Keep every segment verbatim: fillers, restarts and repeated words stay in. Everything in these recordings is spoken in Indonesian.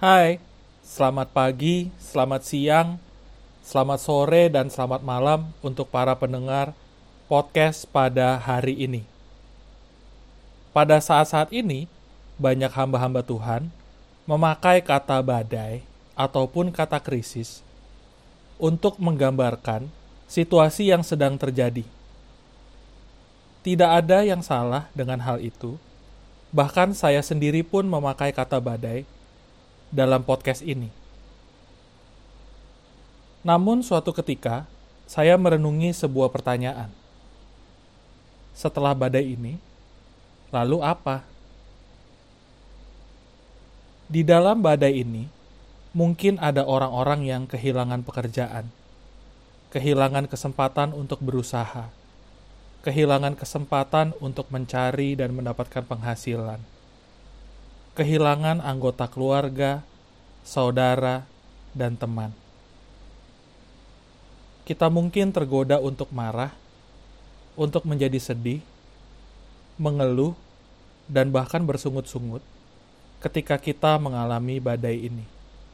Hai, selamat pagi, selamat siang, selamat sore, dan selamat malam untuk para pendengar podcast pada hari ini. Pada saat-saat ini, banyak hamba-hamba Tuhan memakai kata badai ataupun kata krisis untuk menggambarkan situasi yang sedang terjadi. Tidak ada yang salah dengan hal itu, bahkan saya sendiri pun memakai kata badai dalam podcast ini. Namun suatu ketika, saya merenungi sebuah pertanyaan. Setelah badai ini, lalu apa? Di dalam badai ini, mungkin ada orang-orang yang kehilangan pekerjaan, kehilangan kesempatan untuk berusaha, kehilangan kesempatan untuk mencari dan mendapatkan penghasilan, kehilangan anggota keluarga, saudara, dan teman. Kita mungkin tergoda untuk marah, untuk menjadi sedih, mengeluh, dan bahkan bersungut-sungut ketika kita mengalami badai ini.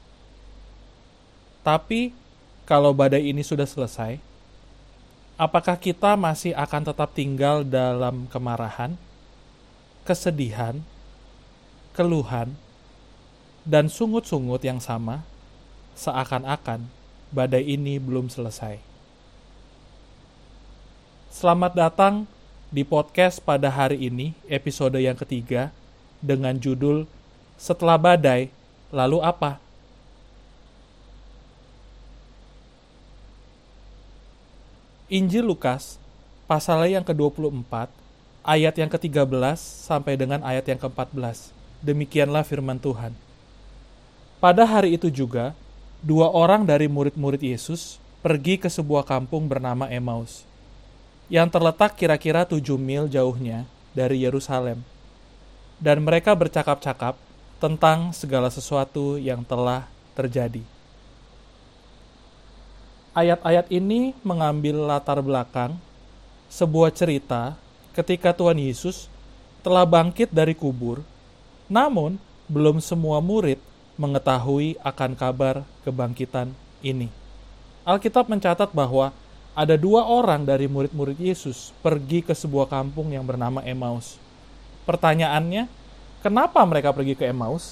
Tapi, kalau badai ini sudah selesai, apakah kita masih akan tetap tinggal dalam kemarahan, kesedihan, keluhan, dan sungut-sungut yang sama, seakan-akan badai ini belum selesai? Selamat datang di podcast pada hari ini, episode yang ketiga, dengan judul Setelah Badai, Lalu Apa? Injil Lukas, pasalnya yang kedua puluh empat, ayat yang ketiga belas sampai dengan ayat yang keempat belas. Demikianlah firman Tuhan. Pada hari itu juga, dua orang dari murid-murid Yesus pergi ke sebuah kampung bernama Emmaus, yang terletak kira-kira tujuh mil jauhnya dari Yerusalem. Dan mereka bercakap-cakap tentang segala sesuatu yang telah terjadi. Ayat-ayat ini mengambil latar belakang sebuah cerita ketika Tuhan Yesus telah bangkit dari kubur. Namun, belum semua murid mengetahui akan kabar kebangkitan ini. Alkitab mencatat bahwa ada dua orang dari murid-murid Yesus pergi ke sebuah kampung yang bernama Emmaus. Pertanyaannya, kenapa mereka pergi ke Emmaus?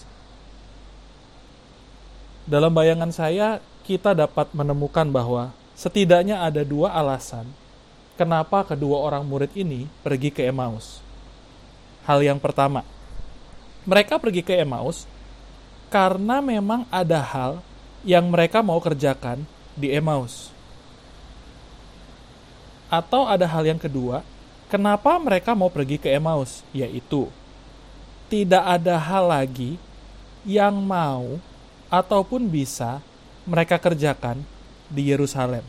Dalam bayangan saya, kita dapat menemukan bahwa setidaknya ada dua alasan kenapa kedua orang murid ini pergi ke Emmaus. Hal yang pertama, mereka pergi ke Emmaus karena memang ada hal yang mereka mau kerjakan di Emmaus. Atau ada hal yang kedua, kenapa mereka mau pergi ke Emmaus? Yaitu, tidak ada hal lagi yang mau ataupun bisa mereka kerjakan di Yerusalem.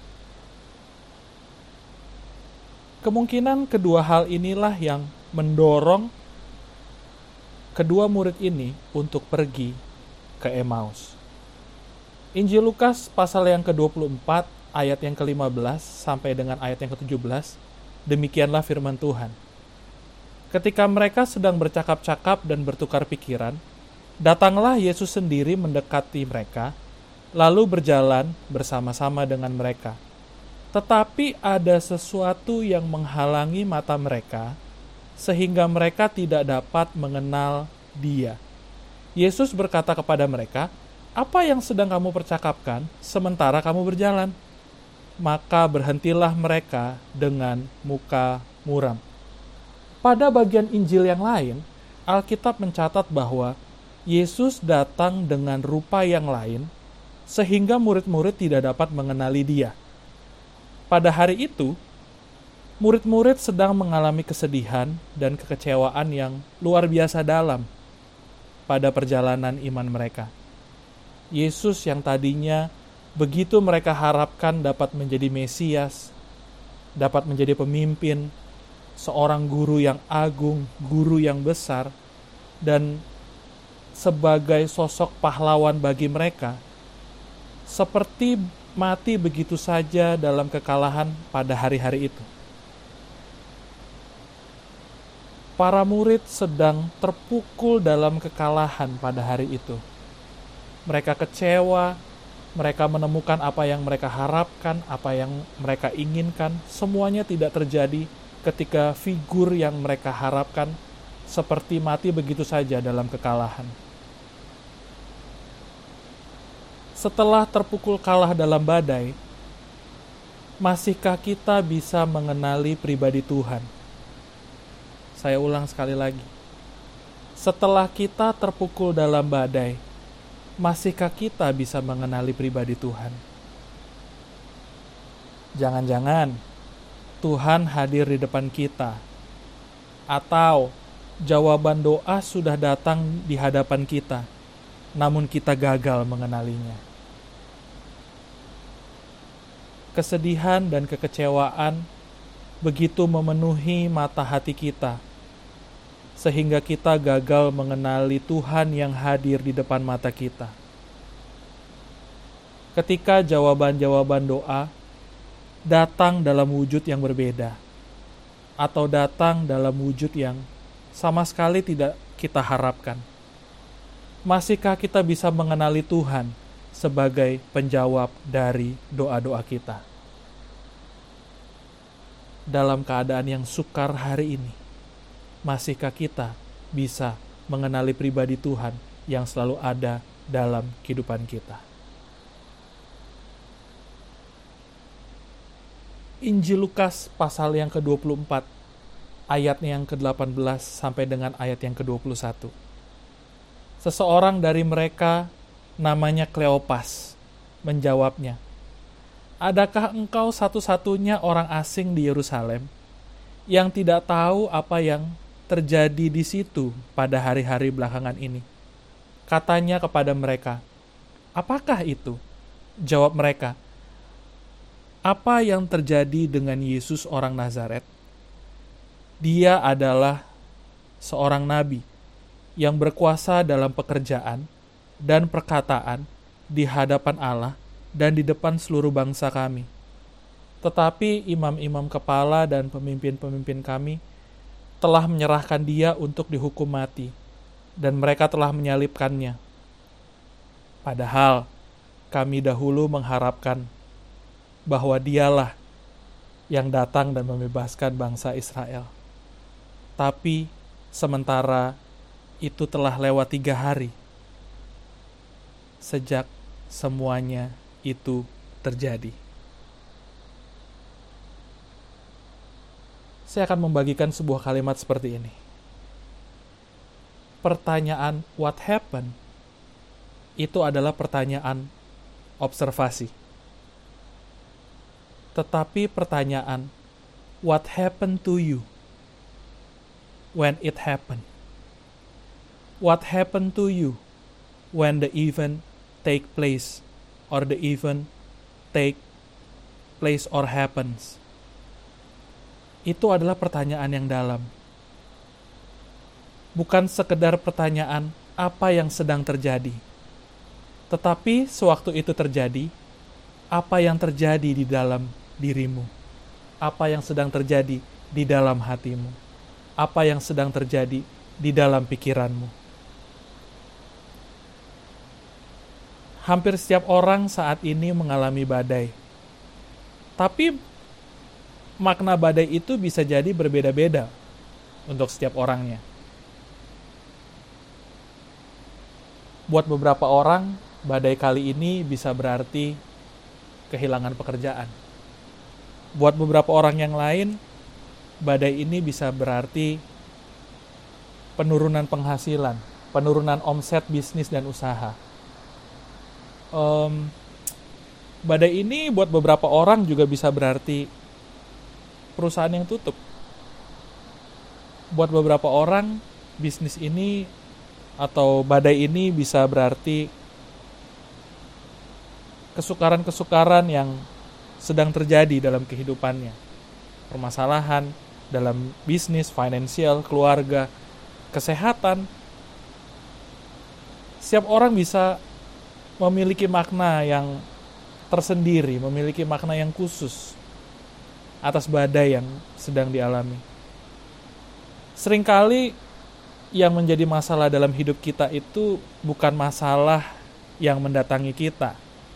Kemungkinan kedua hal inilah yang mendorong kedua murid ini untuk pergi ke Emmaus. Injil Lukas pasal yang kedua puluh empat ayat yang kelima belas sampai dengan ayat yang ketujuh belas, demikianlah firman Tuhan. Ketika mereka sedang bercakap-cakap dan bertukar pikiran, datanglah Yesus sendiri mendekati mereka, lalu berjalan bersama-sama dengan mereka. Tetapi ada sesuatu yang menghalangi mata mereka, sehingga mereka tidak dapat mengenal Dia. Yesus berkata kepada mereka, "Apa yang sedang kamu percakapkan sementara kamu berjalan?" Maka berhentilah mereka dengan muka muram. Pada bagian Injil yang lain, Alkitab mencatat bahwa Yesus datang dengan rupa yang lain, sehingga murid-murid tidak dapat mengenali Dia. Pada hari itu, murid-murid sedang mengalami kesedihan dan kekecewaan yang luar biasa dalam pada perjalanan iman mereka. Yesus yang tadinya begitu mereka harapkan dapat menjadi Mesias, dapat menjadi pemimpin, seorang guru yang agung, guru yang besar, dan sebagai sosok pahlawan bagi mereka, seperti mati begitu saja dalam kekalahan pada hari-hari itu. Para murid sedang terpukul dalam kekalahan pada hari itu. mereka kecewa, mereka menemukan apa yang mereka harapkan, apa yang mereka inginkan, semuanya tidak terjadi ketika figur yang mereka harapkan seperti mati begitu saja dalam kekalahan. Setelah terpukul kalah dalam badai, masihkah kita bisa mengenali pribadi Tuhan? Saya ulang sekali lagi. Setelah kita terpukul dalam badai, masihkah kita bisa mengenali pribadi Tuhan? Jangan-jangan Tuhan hadir di depan kita, atau jawaban doa sudah datang di hadapan kita, namun kita gagal mengenalinya. Kesedihan dan kekecewaan begitu memenuhi mata hati kita, sehingga kita gagal mengenali Tuhan yang hadir di depan mata kita. Ketika jawaban-jawaban doa datang dalam wujud yang berbeda, atau datang dalam wujud yang sama sekali tidak kita harapkan, masihkah kita bisa mengenali Tuhan sebagai penjawab dari doa-doa kita? Dalam keadaan yang sukar hari ini, masihkah kita bisa mengenali pribadi Tuhan yang selalu ada dalam kehidupan kita? Injil Lukas pasal yang ke dua puluh empat, ayatnya yang ke delapan belas sampai dengan ayat yang ke dua puluh satu. Seseorang dari mereka namanya Kleopas menjawabnya, "Adakah engkau satu-satunya orang asing di Yerusalem yang tidak tahu apa yang terjadi di situ pada hari-hari belakangan ini?" Katanya kepada mereka, "Apakah itu?" Jawab mereka, "Apa yang terjadi dengan Yesus orang Nazaret? Dia adalah seorang nabi yang berkuasa dalam pekerjaan dan perkataan di hadapan Allah dan di depan seluruh bangsa kami. Tetapi imam-imam kepala dan pemimpin-pemimpin kami telah menyerahkan dia untuk dihukum mati, dan mereka telah menyalibkannya. Padahal kami dahulu mengharapkan bahwa dialah yang datang dan membebaskan bangsa Israel. Tapi sementara itu telah lewat tiga hari sejak semuanya itu terjadi." Saya akan membagikan sebuah kalimat seperti ini. Pertanyaan what happened itu adalah pertanyaan observasi. Tetapi pertanyaan what happened to you when it happened? What happened to you when the event take place or the event take place or happens? Itu adalah pertanyaan yang dalam. Bukan sekedar pertanyaan apa yang sedang terjadi, tetapi sewaktu itu terjadi, apa yang terjadi di dalam dirimu, apa yang sedang terjadi di dalam hatimu, apa yang sedang terjadi di dalam pikiranmu. Hampir setiap orang saat ini mengalami badai. Tapi makna badai itu bisa jadi berbeda-beda untuk setiap orangnya. Buat beberapa orang, badai kali ini bisa berarti kehilangan pekerjaan. Buat beberapa orang yang lain, badai ini bisa berarti penurunan penghasilan, penurunan omset bisnis dan usaha. Um, badai ini buat beberapa orang juga bisa berarti perusahaan yang tutup. Buat beberapa orang, bisnis ini atau badai ini bisa berarti kesukaran-kesukaran yang sedang terjadi dalam kehidupannya. Permasalahan dalam bisnis, finansial, keluarga, kesehatan. Setiap orang bisa memiliki makna yang tersendiri, memiliki makna yang khusus atas badai yang sedang dialami. Seringkali yang menjadi masalah dalam hidup kita itu bukan masalah yang mendatangi kita,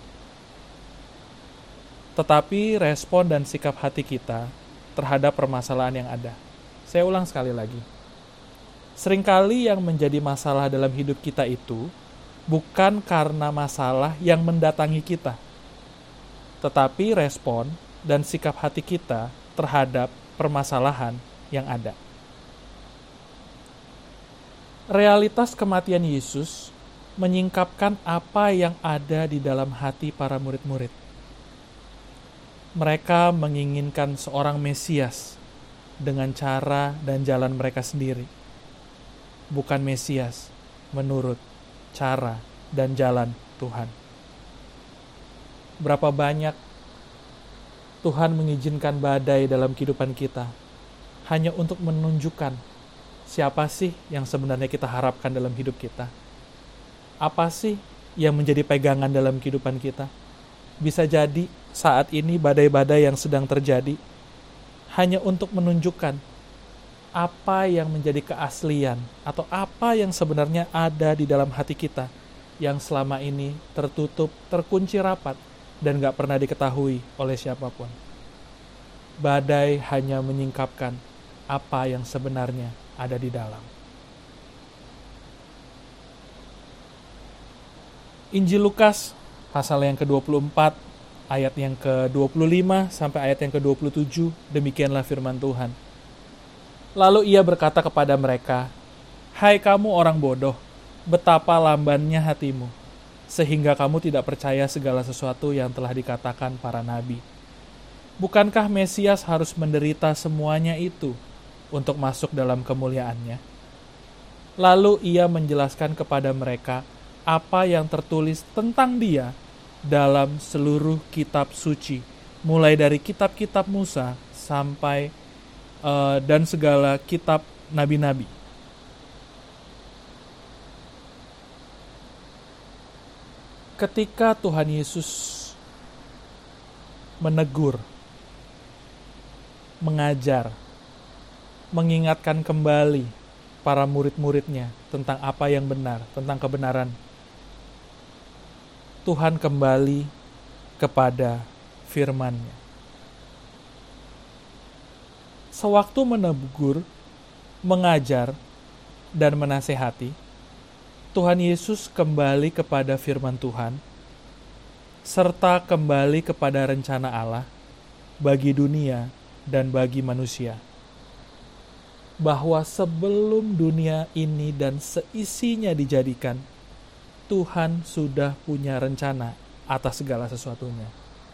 tetapi respon dan sikap hati kita terhadap permasalahan yang ada. Saya ulang sekali lagi. Seringkali yang menjadi masalah dalam hidup kita itu bukan karena masalah yang mendatangi kita, tetapi respon dan sikap hati kita terhadap permasalahan yang ada. Realitas kematian Yesus menyingkapkan apa yang ada di dalam hati para murid-murid. Mereka menginginkan seorang Mesias dengan cara dan jalan mereka sendiri, bukan Mesias menurut cara dan jalan Tuhan. Berapa banyak Tuhan mengizinkan badai dalam kehidupan kita hanya untuk menunjukkan siapa sih yang sebenarnya kita harapkan dalam hidup kita. Apa sih yang menjadi pegangan dalam kehidupan kita? Bisa jadi saat ini badai-badai yang sedang terjadi hanya untuk menunjukkan apa yang menjadi keaslian atau apa yang sebenarnya ada di dalam hati kita yang selama ini tertutup, terkunci rapat, dan gak pernah diketahui oleh siapapun. Badai hanya menyingkapkan apa yang sebenarnya ada di dalam. Injil Lukas pasal yang ke dua puluh empat, ayat yang ke dua puluh lima sampai ayat yang ke dua puluh tujuh, demikianlah firman Tuhan. Lalu ia berkata kepada mereka, "Hai kamu orang bodoh, betapa lambannya hatimu, sehingga kamu tidak percaya segala sesuatu yang telah dikatakan para nabi. Bukankah Mesias harus menderita semuanya itu untuk masuk dalam kemuliaannya?" Lalu ia menjelaskan kepada mereka apa yang tertulis tentang dia dalam seluruh kitab suci, mulai dari kitab-kitab Musa sampai uh, dan segala kitab nabi-nabi. Ketika Tuhan Yesus menegur, mengajar, mengingatkan kembali para murid-muridnya tentang apa yang benar, tentang kebenaran, Tuhan kembali kepada firman-Nya. Sewaktu menegur, mengajar, dan menasehati, Tuhan Yesus kembali kepada firman Tuhan, serta kembali kepada rencana Allah bagi dunia dan bagi manusia. Bahwa sebelum dunia ini dan seisinya dijadikan, Tuhan sudah punya rencana atas segala sesuatunya.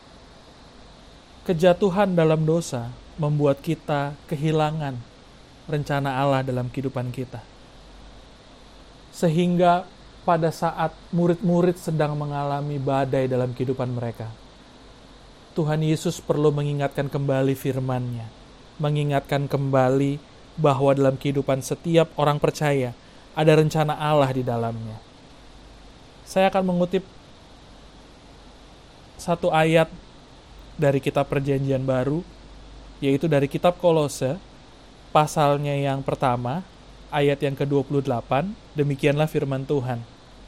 Kejatuhan dalam dosa membuat kita kehilangan rencana Allah dalam kehidupan kita. Sehingga pada saat murid-murid sedang mengalami badai dalam kehidupan mereka, Tuhan Yesus perlu mengingatkan kembali firman-Nya, mengingatkan kembali bahwa dalam kehidupan setiap orang percaya ada rencana Allah di dalamnya. Saya akan mengutip satu ayat dari kitab Perjanjian Baru, yaitu dari kitab Kolose, pasalnya yang pertama, ayat yang ke dua puluh delapan, demikianlah firman Tuhan.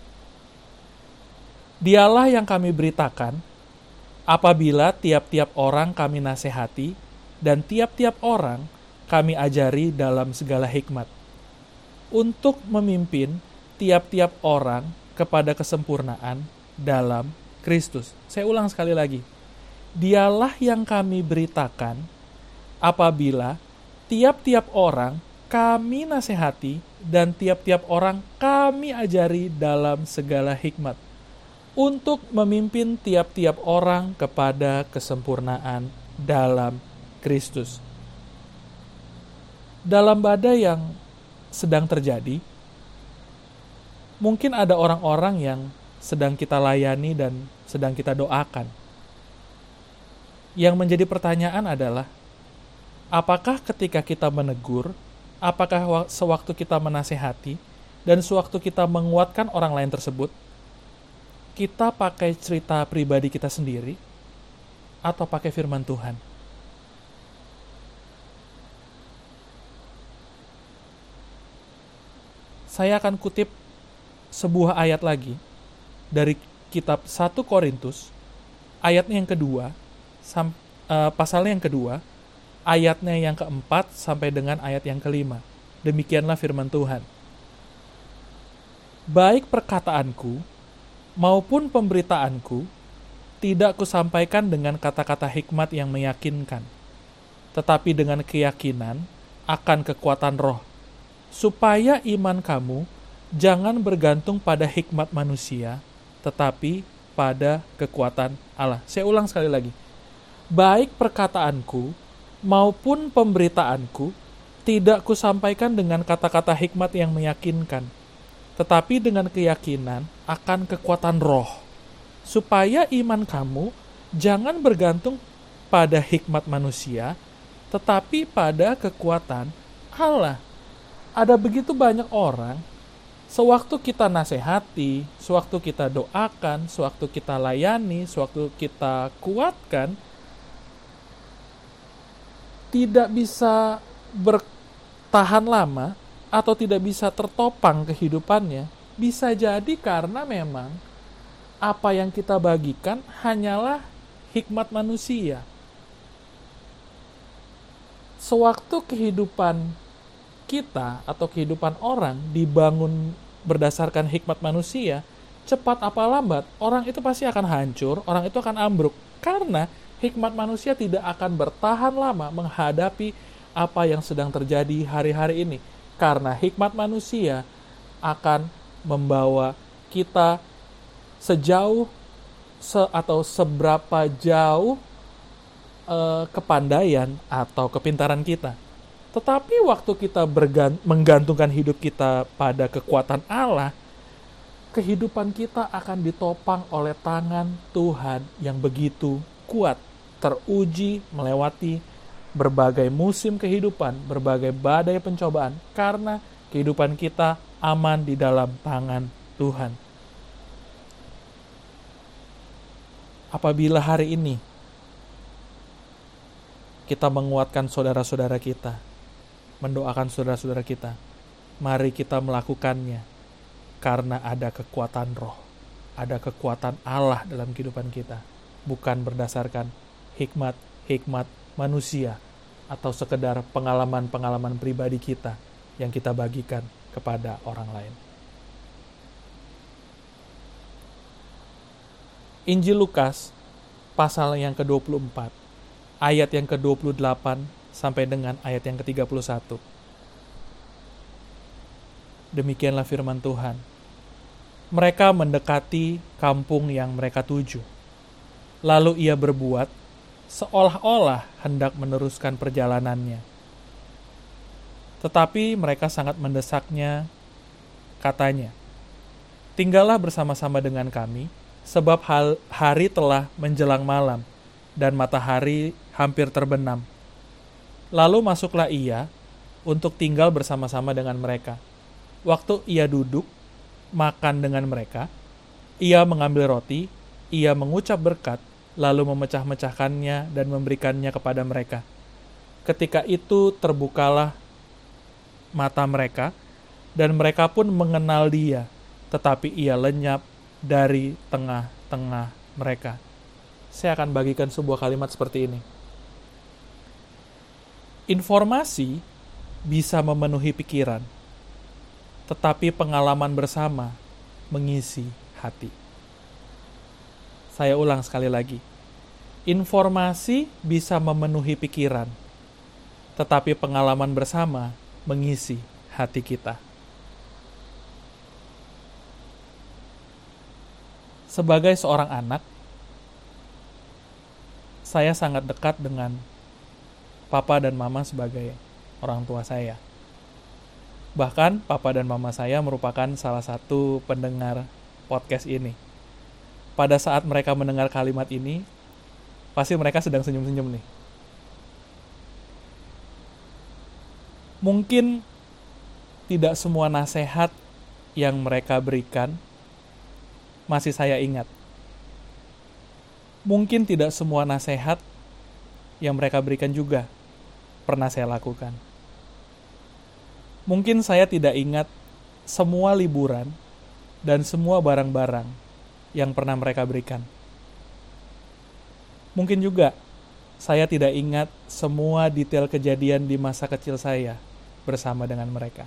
Dialah yang kami beritakan, apabila tiap-tiap orang kami nasihati, dan tiap-tiap orang kami ajari dalam segala hikmat, untuk memimpin tiap-tiap orang kepada kesempurnaan dalam Kristus. Saya ulang sekali lagi. Dialah yang kami beritakan, apabila tiap-tiap orang kami nasihati, dan tiap-tiap orang kami ajari dalam segala hikmat, untuk memimpin tiap-tiap orang kepada kesempurnaan dalam Kristus. Dalam badai yang sedang terjadi, mungkin ada orang-orang yang sedang kita layani dan sedang kita doakan. Yang menjadi pertanyaan adalah, apakah ketika kita menegur, apakah sewaktu kita menasehati, dan sewaktu kita menguatkan orang lain tersebut, kita pakai cerita pribadi kita sendiri, atau pakai firman Tuhan? Saya akan kutip sebuah ayat lagi dari kitab satu Korintus, ayatnya yang kedua, sam, uh, pasalnya yang kedua, ayatnya yang keempat sampai dengan ayat yang kelima. Demikianlah firman Tuhan. Baik perkataanku maupun pemberitaanku tidak kusampaikan dengan kata-kata hikmat yang meyakinkan, tetapi dengan keyakinan akan kekuatan roh, supaya iman kamu jangan bergantung pada hikmat manusia, tetapi pada kekuatan Allah. Saya ulang sekali lagi. Baik perkataanku maupun pemberitaanku tidak kusampaikan dengan kata-kata hikmat yang meyakinkan, tetapi dengan keyakinan akan kekuatan roh, supaya iman kamu jangan bergantung pada hikmat manusia, tetapi pada kekuatan Allah. Ada begitu banyak orang, sewaktu kita nasihati, sewaktu kita doakan, sewaktu kita layani, sewaktu kita kuatkan, tidak bisa bertahan lama atau tidak bisa tertopang kehidupannya, bisa jadi karena memang apa yang kita bagikan hanyalah hikmat manusia. Sewaktu kehidupan kita atau kehidupan orang dibangun berdasarkan hikmat manusia, cepat apa lambat, orang itu pasti akan hancur, orang itu akan ambruk. Karena hikmat manusia tidak akan bertahan lama menghadapi apa yang sedang terjadi hari-hari ini. Karena hikmat manusia akan membawa kita sejauh se atau seberapa jauh eh, kepandaian atau kepintaran kita. Tetapi waktu kita bergant- menggantungkan hidup kita pada kekuatan Allah, kehidupan kita akan ditopang oleh tangan Tuhan yang begitu kuat, teruji melewati berbagai musim kehidupan, berbagai badai pencobaan, karena kehidupan kita aman di dalam tangan Tuhan. Apabila hari ini kita menguatkan saudara-saudara kita, mendoakan saudara-saudara kita, mari kita melakukannya karena ada kekuatan roh, ada kekuatan Allah dalam kehidupan kita, bukan berdasarkan hikmat-hikmat manusia atau sekedar pengalaman-pengalaman pribadi kita yang kita bagikan kepada orang lain. Injil Lukas pasal yang ke dua puluh empat, ayat yang ke dua puluh delapan sampai dengan ayat yang ke tiga puluh satu. Demikianlah firman Tuhan. Mereka mendekati kampung yang mereka tuju. Lalu ia berbuat seolah-olah hendak meneruskan perjalanannya. Tetapi mereka sangat mendesaknya, katanya, "Tinggallah bersama-sama dengan kami, sebab hari telah menjelang malam, dan matahari hampir terbenam." Lalu masuklah ia untuk tinggal bersama-sama dengan mereka. Waktu ia duduk makan dengan mereka, ia mengambil roti, ia mengucap berkat, lalu memecah-mecahkannya dan memberikannya kepada mereka. Ketika itu terbukalah mata mereka, dan mereka pun mengenal dia, tetapi ia lenyap dari tengah-tengah mereka. Saya akan bagikan sebuah kalimat seperti ini. Informasi bisa memenuhi pikiran, tetapi pengalaman bersama mengisi hati. Saya ulang sekali lagi. Informasi bisa memenuhi pikiran, tetapi pengalaman bersama mengisi hati kita. Sebagai seorang anak, saya sangat dekat dengan papa dan mama sebagai orang tua saya. Bahkan papa dan mama saya merupakan salah satu pendengar podcast ini. Pada saat mereka mendengar kalimat ini, pasti mereka sedang senyum-senyum nih. Mungkin tidak semua nasihat yang mereka berikan masih saya ingat. Mungkin tidak semua nasihat yang mereka berikan juga pernah saya lakukan. Mungkin saya tidak ingat semua liburan dan semua barang-barang yang pernah mereka berikan. Mungkin juga saya tidak ingat semua detail kejadian di masa kecil saya bersama dengan mereka.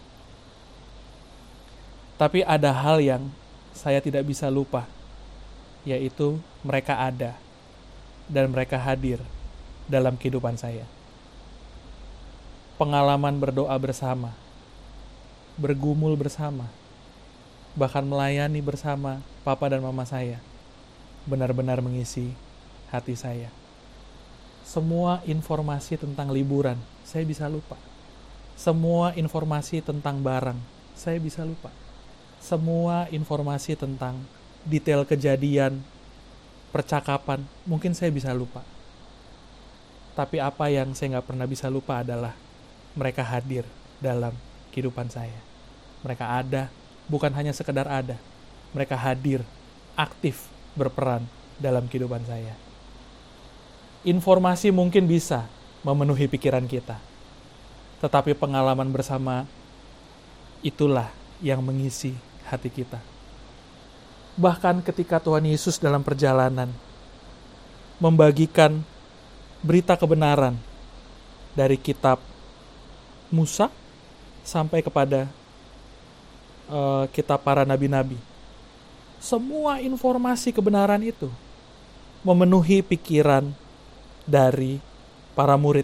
Tapi ada hal yang saya tidak bisa lupa, yaitu mereka ada dan mereka hadir dalam kehidupan saya. Pengalaman berdoa bersama, bergumul bersama, bahkan melayani bersama papa dan mama saya, benar-benar mengisi hati saya. Semua informasi tentang liburan, saya bisa lupa. Semua informasi tentang barang, saya bisa lupa. Semua informasi tentang detail kejadian, percakapan, mungkin saya bisa lupa. Tapi apa yang saya nggak pernah bisa lupa adalah mereka hadir dalam kehidupan saya. Mereka ada, bukan hanya sekedar ada. Mereka hadir, aktif, berperan dalam kehidupan saya. Informasi mungkin bisa memenuhi pikiran kita. Tetapi pengalaman bersama itulah yang mengisi hati kita. Bahkan ketika Tuhan Yesus dalam perjalanan membagikan berita kebenaran dari kitab Musa sampai kepada uh, kitab para nabi-nabi. Semua informasi kebenaran itu memenuhi pikiran dari para murid.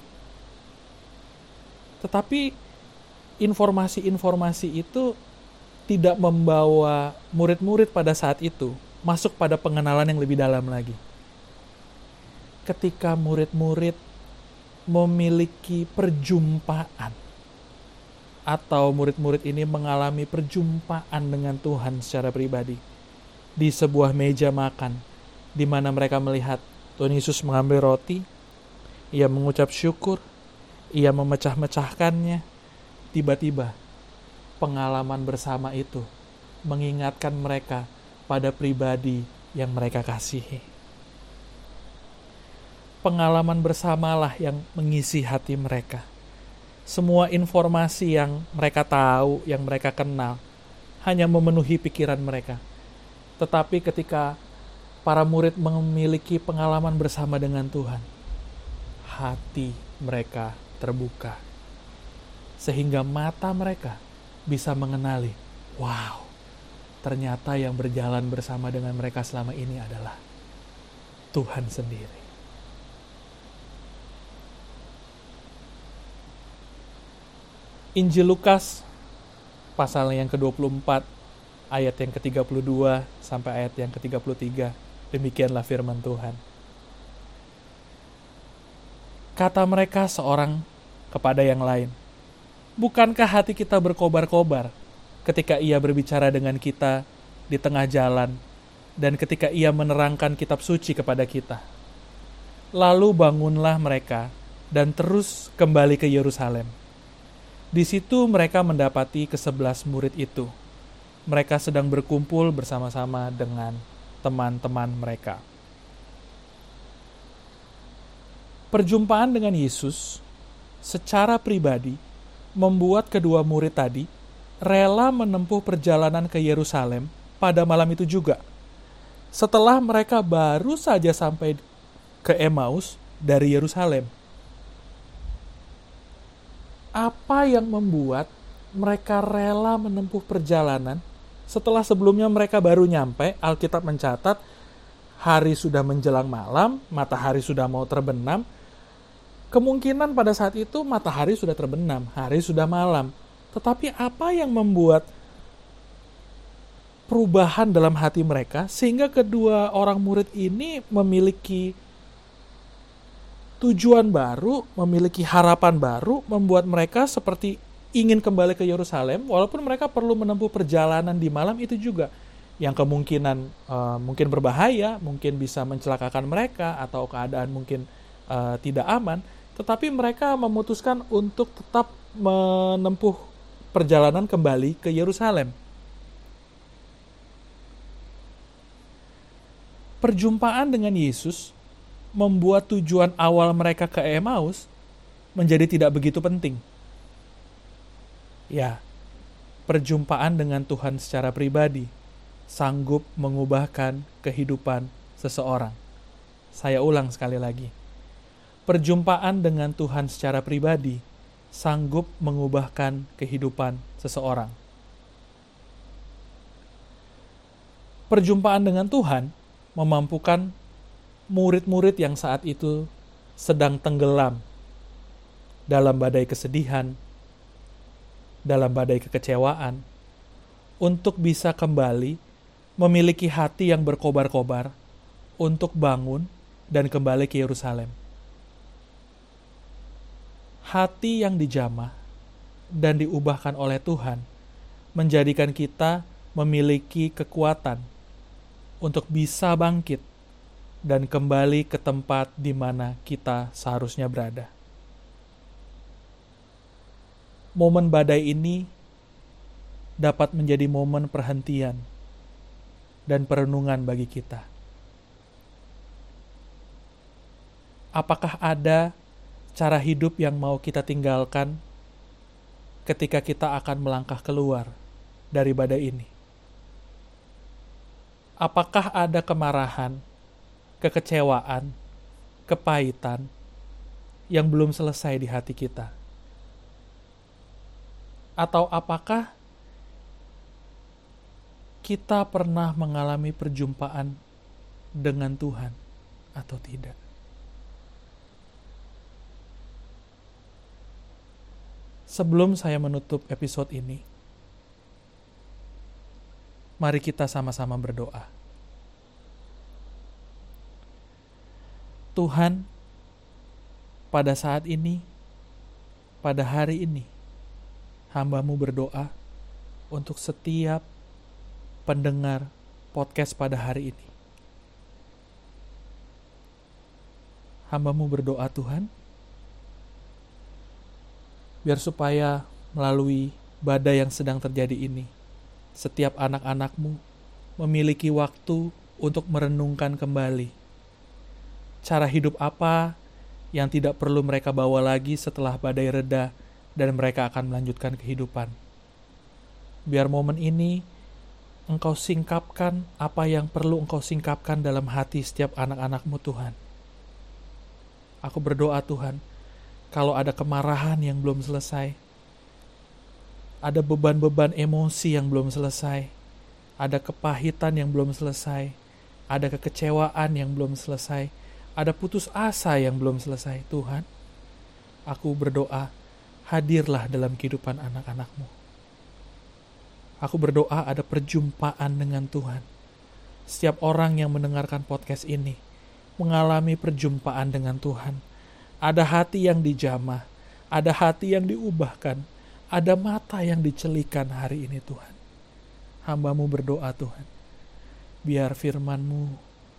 Tetapi informasi-informasi itu tidak membawa murid-murid pada saat itu masuk pada pengenalan yang lebih dalam lagi. Ketika murid-murid memiliki perjumpaan, atau murid-murid ini mengalami perjumpaan dengan Tuhan secara pribadi di sebuah meja makan, di mana mereka melihat Tuhan Yesus mengambil roti, ia mengucap syukur, ia memecah-mecahkannya. Tiba-tiba pengalaman bersama itu mengingatkan mereka pada pribadi yang mereka kasihi. Pengalaman bersamalah yang mengisi hati mereka. Semua informasi yang mereka tahu, yang mereka kenal, hanya memenuhi pikiran mereka. Tetapi ketika para murid memiliki pengalaman bersama dengan Tuhan, hati mereka terbuka. Sehingga mata mereka bisa mengenali, wow, ternyata yang berjalan bersama dengan mereka selama ini adalah Tuhan sendiri. Injil Lukas pasal yang ke dua puluh empat ayat yang ke tiga puluh dua sampai ayat yang ke tiga puluh tiga. Demikianlah firman Tuhan. Kata mereka seorang kepada yang lain, bukankah hati kita berkobar-kobar ketika ia berbicara dengan kita di tengah jalan dan ketika ia menerangkan kitab suci kepada kita? Lalu bangunlah mereka dan terus kembali ke Yerusalem. Di situ mereka mendapati kesebelas murid itu. Mereka sedang berkumpul bersama-sama dengan teman-teman mereka. Perjumpaan dengan Yesus secara pribadi membuat kedua murid tadi rela menempuh perjalanan ke Yerusalem pada malam itu juga. Setelah mereka baru saja sampai ke Emmaus dari Yerusalem. Apa yang membuat mereka rela menempuh perjalanan setelah sebelumnya mereka baru nyampe? Alkitab mencatat hari sudah menjelang malam, matahari sudah mau terbenam. Kemungkinan pada saat itu matahari sudah terbenam, hari sudah malam. Tetapi apa yang membuat perubahan dalam hati mereka sehingga kedua orang murid ini memiliki tujuan baru, memiliki harapan baru, membuat mereka seperti ingin kembali ke Yerusalem, walaupun mereka perlu menempuh perjalanan di malam itu juga, yang kemungkinan uh, mungkin berbahaya, mungkin bisa mencelakakan mereka, atau keadaan mungkin uh, tidak aman, tetapi mereka memutuskan untuk tetap menempuh perjalanan kembali ke Yerusalem. Perjumpaan dengan Yesus membuat tujuan awal mereka ke Emmaus menjadi tidak begitu penting. Ya, perjumpaan dengan Tuhan secara pribadi sanggup mengubahkan kehidupan seseorang. Saya ulang sekali lagi. Perjumpaan dengan Tuhan secara pribadi sanggup mengubahkan kehidupan seseorang. Perjumpaan dengan Tuhan memampukan murid-murid yang saat itu sedang tenggelam dalam badai kesedihan, dalam badai kekecewaan, untuk bisa kembali memiliki hati yang berkobar-kobar untuk bangun dan kembali ke Yerusalem. Hati yang dijamah dan diubahkan oleh Tuhan menjadikan kita memiliki kekuatan untuk bisa bangkit dan kembali ke tempat di mana kita seharusnya berada. Momen badai ini dapat menjadi momen perhentian dan perenungan bagi kita. Apakah ada cara hidup yang mau kita tinggalkan ketika kita akan melangkah keluar dari badai ini? Apakah ada kemarahan, kekecewaan, kepahitan yang belum selesai di hati kita? Atau apakah kita pernah mengalami perjumpaan dengan Tuhan atau tidak? Sebelum saya menutup episode ini, mari kita sama-sama berdoa. Tuhan, pada saat ini, pada hari ini, hamba-Mu berdoa untuk setiap pendengar podcast pada hari ini. Hamba-Mu berdoa, Tuhan, biar supaya melalui badai yang sedang terjadi ini, setiap anak-anak-Mu memiliki waktu untuk merenungkan kembali cara hidup apa yang tidak perlu mereka bawa lagi setelah badai reda dan mereka akan melanjutkan kehidupan. Biar momen ini Engkau singkapkan apa yang perlu Engkau singkapkan dalam hati setiap anak-anak-Mu, Tuhan. Aku berdoa, Tuhan, kalau ada kemarahan yang belum selesai, ada beban-beban emosi yang belum selesai, ada kepahitan yang belum selesai, ada kekecewaan yang belum selesai, ada putus asa yang belum selesai, Tuhan, aku berdoa, hadirlah dalam kehidupan anak-anak-Mu. Aku berdoa ada perjumpaan dengan Tuhan. Setiap orang yang mendengarkan podcast ini mengalami perjumpaan dengan Tuhan. Ada hati yang dijamah, ada hati yang diubahkan, ada mata yang dicelikan hari ini, Tuhan. Hamba-Mu berdoa, Tuhan, biar firman-Mu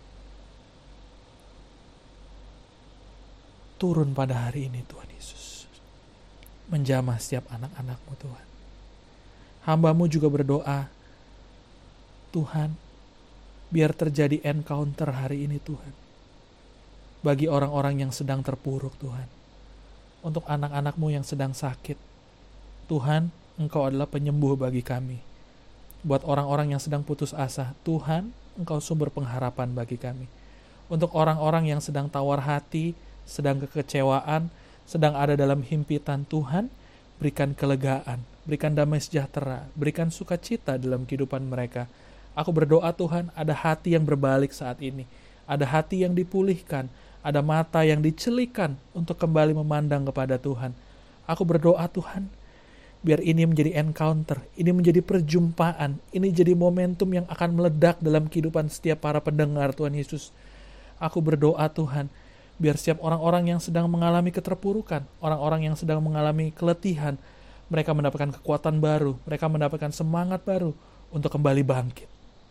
turun pada hari ini, Tuhan Yesus, menjamah setiap anak-anak-Mu, Tuhan. Hamba-Mu juga berdoa, Tuhan, biar terjadi encounter hari ini, Tuhan, bagi orang-orang yang sedang terpuruk, Tuhan. Untuk anak-anak-Mu yang sedang sakit, Tuhan, Engkau adalah penyembuh bagi kami. Buat orang-orang yang sedang putus asa, Tuhan, Engkau sumber pengharapan bagi kami. Untuk orang-orang yang sedang tawar hati, sedang kekecewaan, sedang ada dalam himpitan, Tuhan, berikan kelegaan, berikan damai sejahtera, berikan sukacita dalam kehidupan mereka. Aku berdoa, Tuhan, ada hati yang berbalik saat ini, ada hati yang dipulihkan, ada mata yang dicelikan untuk kembali memandang kepada Tuhan. Aku berdoa, Tuhan, biar ini menjadi encounter, ini menjadi perjumpaan, ini jadi momentum yang akan meledak dalam kehidupan setiap para pendengar, Tuhan Yesus. Aku berdoa, Tuhan, biar setiap orang-orang yang sedang mengalami keterpurukan, orang-orang yang sedang mengalami keletihan, mereka mendapatkan kekuatan baru, mereka mendapatkan semangat baru untuk kembali bangkit.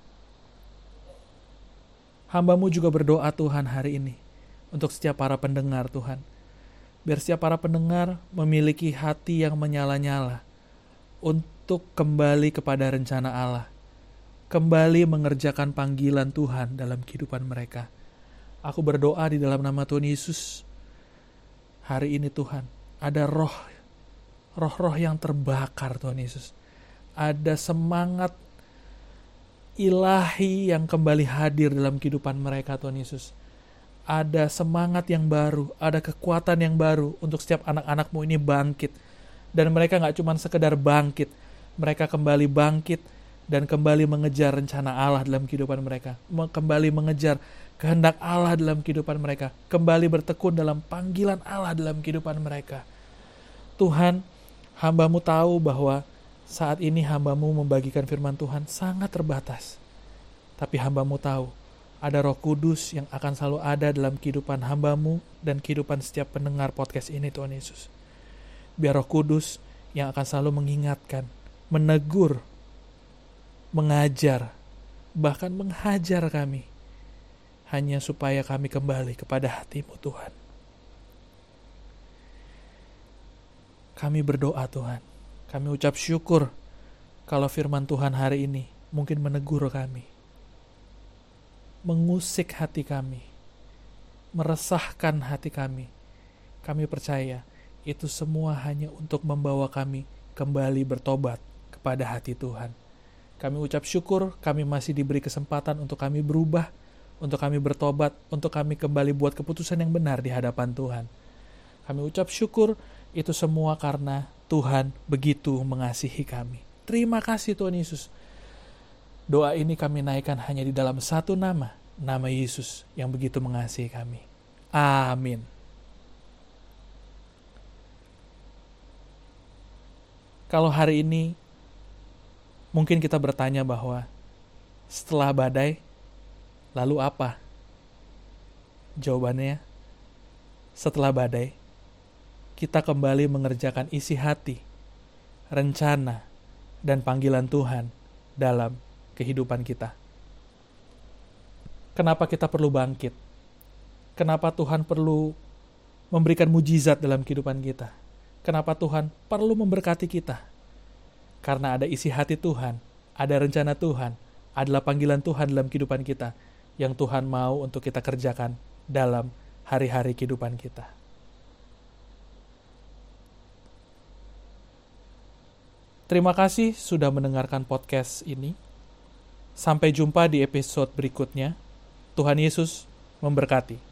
Hamba-Mu juga berdoa, Tuhan, hari ini untuk setiap para pendengar, Tuhan. Biar setiap para pendengar memiliki hati yang menyala-nyala untuk kembali kepada rencana Allah, kembali mengerjakan panggilan Tuhan dalam kehidupan mereka. Aku berdoa di dalam nama Tuhan Yesus, hari ini, Tuhan, ada roh, roh-roh yang terbakar, Tuhan Yesus. Ada semangat ilahi yang kembali hadir dalam kehidupan mereka, Tuhan Yesus. Ada semangat yang baru, ada kekuatan yang baru untuk setiap anak-anak-Mu ini bangkit. Dan mereka gak cuma sekedar bangkit, mereka kembali bangkit dan kembali mengejar rencana Allah dalam kehidupan mereka. Kembali mengejar kehendak Allah dalam kehidupan mereka. Kembali bertekun dalam panggilan Allah dalam kehidupan mereka. Tuhan, hamba-Mu tahu bahwa saat ini hamba-Mu membagikan firman Tuhan sangat terbatas. Tapi hamba-Mu tahu, ada Roh Kudus yang akan selalu ada dalam kehidupan hamba-Mu dan kehidupan setiap pendengar podcast ini, Tuhan Yesus. Biar Roh Kudus yang akan selalu mengingatkan, menegur, mengajar, bahkan menghajar kami, hanya supaya kami kembali kepada hati-Mu, Tuhan. Kami berdoa, Tuhan. Kami ucap syukur kalau firman Tuhan hari ini mungkin menegur kami, mengusik hati kami, meresahkan hati kami. Kami percaya itu semua hanya untuk membawa kami kembali bertobat kepada hati Tuhan. Kami ucap syukur kami masih diberi kesempatan untuk kami berubah, untuk kami bertobat, untuk kami kembali buat keputusan yang benar di hadapan Tuhan. Kami ucap syukur itu semua karena Tuhan begitu mengasihi kami. Terima kasih Tuhan Yesus. Doa ini kami naikkan hanya di dalam satu nama, nama Yesus yang begitu mengasihi kami. Amin. Kalau hari ini mungkin kita bertanya bahwa setelah badai, lalu apa? Jawabannya, setelah badai, kita kembali mengerjakan isi hati, rencana, dan panggilan Tuhan dalam kehidupan kita. Kenapa kita perlu bangkit? Kenapa Tuhan perlu memberikan mujizat dalam kehidupan kita? Kenapa Tuhan perlu memberkati kita? Karena ada isi hati Tuhan, ada rencana Tuhan, adalah panggilan Tuhan dalam kehidupan kita yang Tuhan mau untuk kita kerjakan dalam hari-hari kehidupan kita. Terima kasih sudah mendengarkan podcast ini. Sampai jumpa di episode berikutnya. Tuhan Yesus memberkati.